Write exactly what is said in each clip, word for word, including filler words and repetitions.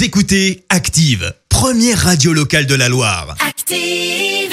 Vous écoutez Active, première radio locale de la Loire. Active.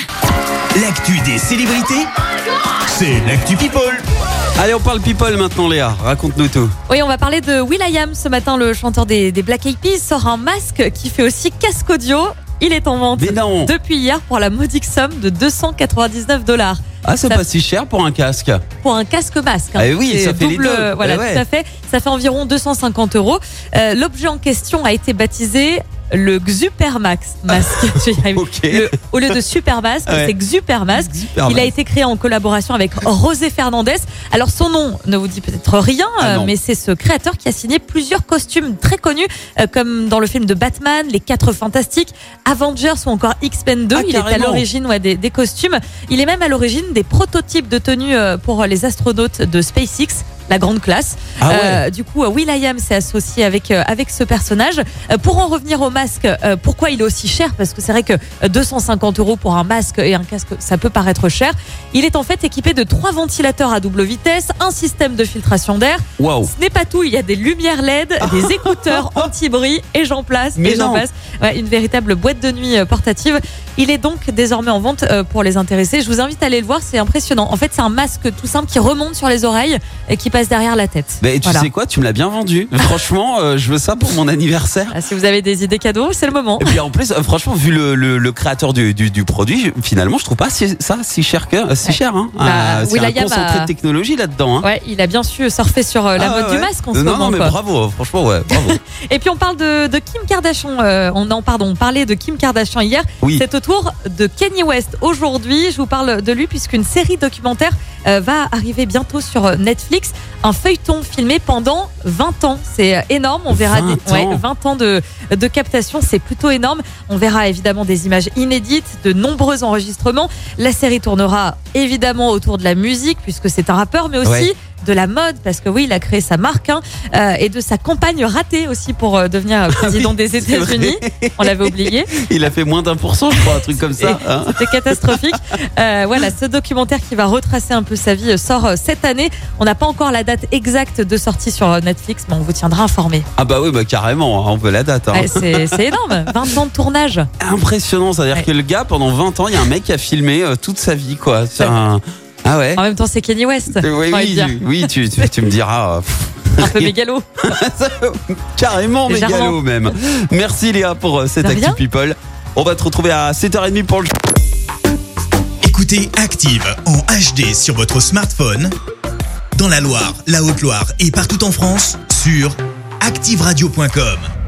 L'actu des célébrités, c'est l'actu People. Allez, on parle people maintenant, Léa. Raconte-nous tout. Oui, on va parler de will.i.am. Ce matin, le chanteur des, des Black Eyed Peas sort un masque qui fait aussi casque audio. Il est en vente Mais non. depuis hier pour la modique somme de deux cent quatre-vingt-dix-neuf dollars. Ah, c'est Ça- pas si cher pour un casque. Pour un casque-masque. Ah oui, C'est ça fait les double, deux. Voilà, Eh ouais. tout à fait. Ça fait environ deux cent cinquante euros. Euh, L'objet en question a été baptisé le Xupermax masque. Je vais y arriver. Ok. Le- au lieu de Super Masque, Ouais. c'est Xupermasque. Xupermasque. Il a été créé en collaboration avec José Fernandez. Alors son nom ne vous dit peut-être rien, Ah euh, non. mais c'est ce créateur qui a signé plusieurs costumes très connus, euh, comme dans le film de Batman, Les Quatre Fantastiques, Avengers ou encore X-Men deux. Ah, Il est à carrément. l'origine ouais, des, des costumes. Il est même à l'origine des prototypes de tenues euh, pour les astronautes de SpaceX. La grande classe. Ah ouais. Euh, du coup, will.i.am s'est associé avec euh, avec ce personnage. Euh, pour en revenir au masque, euh, pourquoi il est aussi cher? Parce que c'est vrai que euh, deux cent cinquante euros pour un masque et un casque, ça peut paraître cher. Il est en fait équipé de trois ventilateurs à double vitesse, un système de filtration d'air. Waouh. Ce n'est pas tout, il y a des lumières L E D, des écouteurs anti-bruit et j'en place Mais et j'en non. passe. Ouais, une véritable boîte de nuit euh, portative. Il est donc désormais en vente euh, pour les intéressés. Je vous invite à aller le voir, c'est impressionnant. En fait, c'est un masque tout simple qui remonte sur les oreilles et qui passe derrière la tête. Mais tu Voilà. sais quoi, tu me l'as bien vendu. Franchement, euh, je veux ça pour mon anniversaire. Ah, si vous avez des idées cadeaux, c'est le moment. Et puis en plus, euh, franchement, vu le, le, le créateur du, du, du produit, je- finalement, je trouve pas si- ça si cher que euh, si Ouais. cher. Hein. Bah, Ah, c'est un will.i.am concentré a- de technologie là-dedans. Hein. Ouais, il a bien su surfer sur euh, la Ah, mode ouais, du ouais. masque en ce non, moment. non, mais quoi. bravo, franchement, ouais, bravo. Et puis on parle de, de Kim Kardashian. Euh, on en pardon, on parlait de Kim Kardashian hier. Oui. C'est au tour de Kanye West aujourd'hui. Je vous parle de lui puisqu'une série documentaire euh, va arriver bientôt sur Netflix. Un feuilleton filmé pendant vingt ans. C'est euh, énorme. On verra vingt des, ouais, ans. vingt ans de, de captation. C'est plutôt énorme. On verra évidemment des images inédites, de nombreux enregistrements. La série tournera évidemment autour de la musique puisque c'est un rappeur, mais aussi Ouais. de la mode parce que oui, il a créé sa marque hein, euh, et de sa campagne ratée aussi pour euh, devenir président des c'est vrai. États-Unis. On l'avait oublié. Il a fait moins d'un pour cent, je crois, un truc comme ça. Hein. C'était catastrophique. Euh, voilà, ce documentaire qui va retracer un peu sa vie euh, sort euh, cette année. On n'a pas encore la date exacte de sortie sur euh, Netflix, mais on vous tiendra informé. Ah bah oui, bah carrément, hein, on veut la date. Hein. Ouais, c'est c'est énorme. vingt ans de tournage. Impressionnant, c'est-à-dire Ouais. que le gars, pendant vingt ans, il y a un mec qui a filmé euh, toute sa vie, quoi. C'est Ouais. un... Ah ouais. En même temps, c'est Kanye West. Oui, j'ai envie de oui, dire. tu, oui, tu, tu, tu me diras. euh, pff, Un peu mégalo. carrément Légèrement. mégalo même. Merci Léa pour euh, cette De Actu rien. People. On va te retrouver à sept heures trente pour le Écoutez Active en H D sur votre smartphone, dans la Loire, la Haute-Loire et partout en France, sur active radio point com.